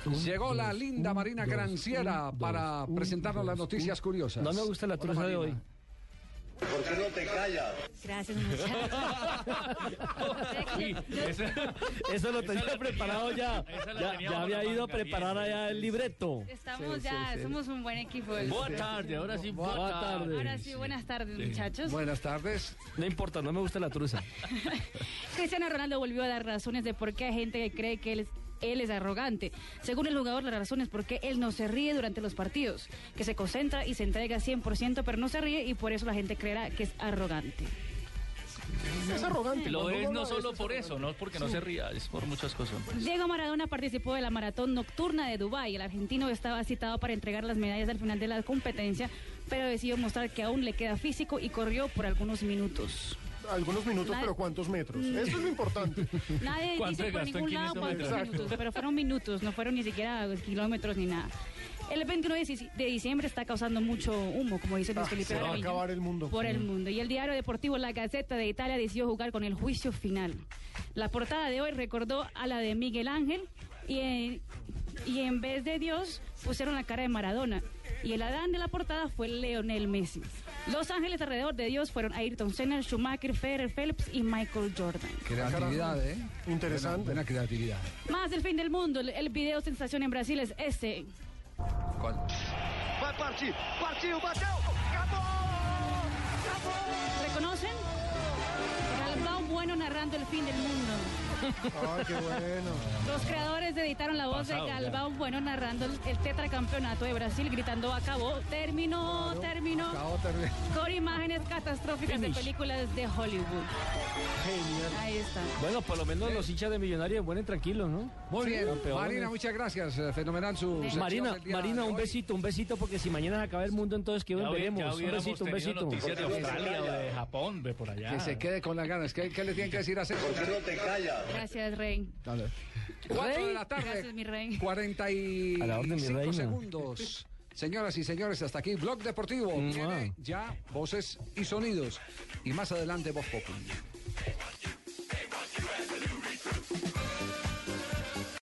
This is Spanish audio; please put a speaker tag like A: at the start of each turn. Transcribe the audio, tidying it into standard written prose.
A: Llegó la linda Marina Granciera para presentarnos las noticias curiosas.
B: No me gusta la truza de hoy.
C: ¿Por qué no te callas?
D: Gracias, muchachos.
B: Eso lo tenía preparado ya. Ya había ido a preparar allá el libreto.
D: Estamos somos un buen equipo.
E: Buenas tardes, ahora sí, buenas tardes.
D: Ahora sí, buenas tardes, muchachos.
A: Buenas tardes.
B: No importa, no me gusta la truza.
D: Cristiano Ronaldo volvió a dar razones de por qué hay gente que cree que él es arrogante. Según el jugador, la razón es porque él no se ríe durante los partidos, que se concentra y se entrega 100%, pero no se ríe y por eso la gente creerá que es arrogante.
F: Es arrogante.
E: Lo es no solo por eso, no porque no se ría, es por muchas cosas.
D: Diego Maradona participó de la maratón nocturna de Dubái. El argentino estaba citado para entregar las medallas al final de la competencia, pero decidió mostrar que aún le queda físico y corrió por algunos minutos.
F: Algunos minutos, pero ¿cuántos metros? Eso es lo importante.
D: Nadie dice por ningún lado cuántos minutos, pero fueron minutos, no fueron ni siquiera kilómetros ni nada. El 21 de diciembre está causando mucho humo, como dice Luis Felipe.
F: Se va a acabar el mundo.
D: Por el mundo. Y el diario deportivo La Gazzetta de Italia decidió jugar con el juicio final. La portada de hoy recordó a la de Miguel Ángel y en vez de Dios pusieron la cara de Maradona. Y el Adán de la portada fue Lionel Messi. Los ángeles alrededor de Dios fueron Ayrton Senna, Schumacher, Federer, Phelps y Michael Jordan.
A: Creatividad,
F: Interesante.
A: Buena creatividad.
D: Más del fin del mundo. El video sensación en Brasil es este.
A: ¿Cuál?
C: Vai partir, partiu, bateu, acabou, acabou.
D: ¿Reconocen? Galvão Bueno narrando el fin del mundo.
F: ¡Ay, qué bueno!
D: Los creadores editaron la voz de Galvão Bueno narrando el tetracampeonato de Brasil, gritando acabó, terminó. Con imágenes catastróficas de películas de Hollywood.
F: Genial.
D: Ahí está.
B: Bueno, por lo menos los hinchas de Millonarios vuelen tranquilos, ¿no?
A: Muy bien,
B: Campeones.
A: Marina, muchas gracias. Fenomenal su sección
B: Marina,
A: del día
B: Marina,
A: de
B: un
A: hoy.
B: besito, porque si mañana se acaba el mundo, entonces ¿qué veremos? Un besito.
E: Noticias de Australia o de Japón, ve por allá.
A: Que se quede con las ganas. ¿Qué le tienen que decir a César?
C: ¿Por qué no te callas?
D: Gracias, Rey.
A: 4 de la tarde.
D: Gracias, mi rey.
B: A la orden, mi
A: 45
B: reina.
A: segundos. Señoras y señores, hasta aquí Blog Deportivo. Viene ya voces y sonidos. Y más adelante Voz Populi.